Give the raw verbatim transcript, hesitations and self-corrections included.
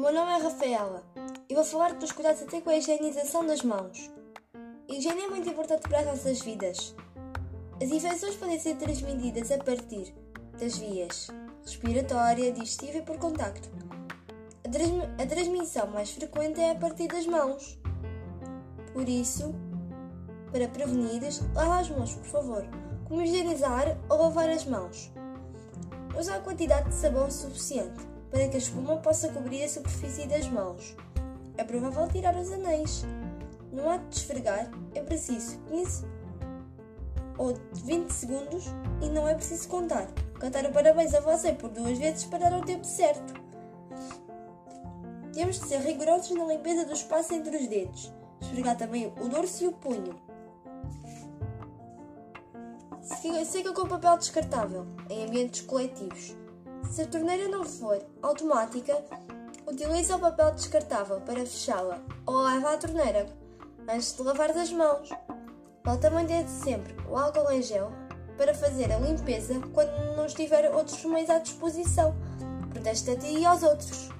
meu nome é Rafaela e vou falar dos cuidados até com a higienização das mãos. A higiene é muito importante para as nossas vidas. As infecções podem ser transmitidas a partir das vias respiratória, digestiva e por contacto. A, transmi- a transmissão mais frequente é a partir das mãos. Por isso, para prevenir, lava as mãos, por favor. Como higienizar ou lavar as mãos? Usar a quantidade de sabão suficiente para que a espuma possa cobrir a superfície das mãos. É provável tirar os anéis. No ato de esfregar, é preciso quinze ou vinte segundos e não é preciso contar. Cantar o parabéns a você por duas vezes para dar o tempo certo. Temos de ser rigorosos na limpeza do espaço entre os dedos. Esfregar também o dorso e o punho. Seca com papel descartável em ambientes coletivos. Se a torneira não for automática, utilize o papel descartável para fechá-la ou leva à torneira antes de lavar as mãos. Volta a manter sempre o álcool em gel para fazer a limpeza quando não estiver outros meios à disposição. Protege-te a ti e aos outros.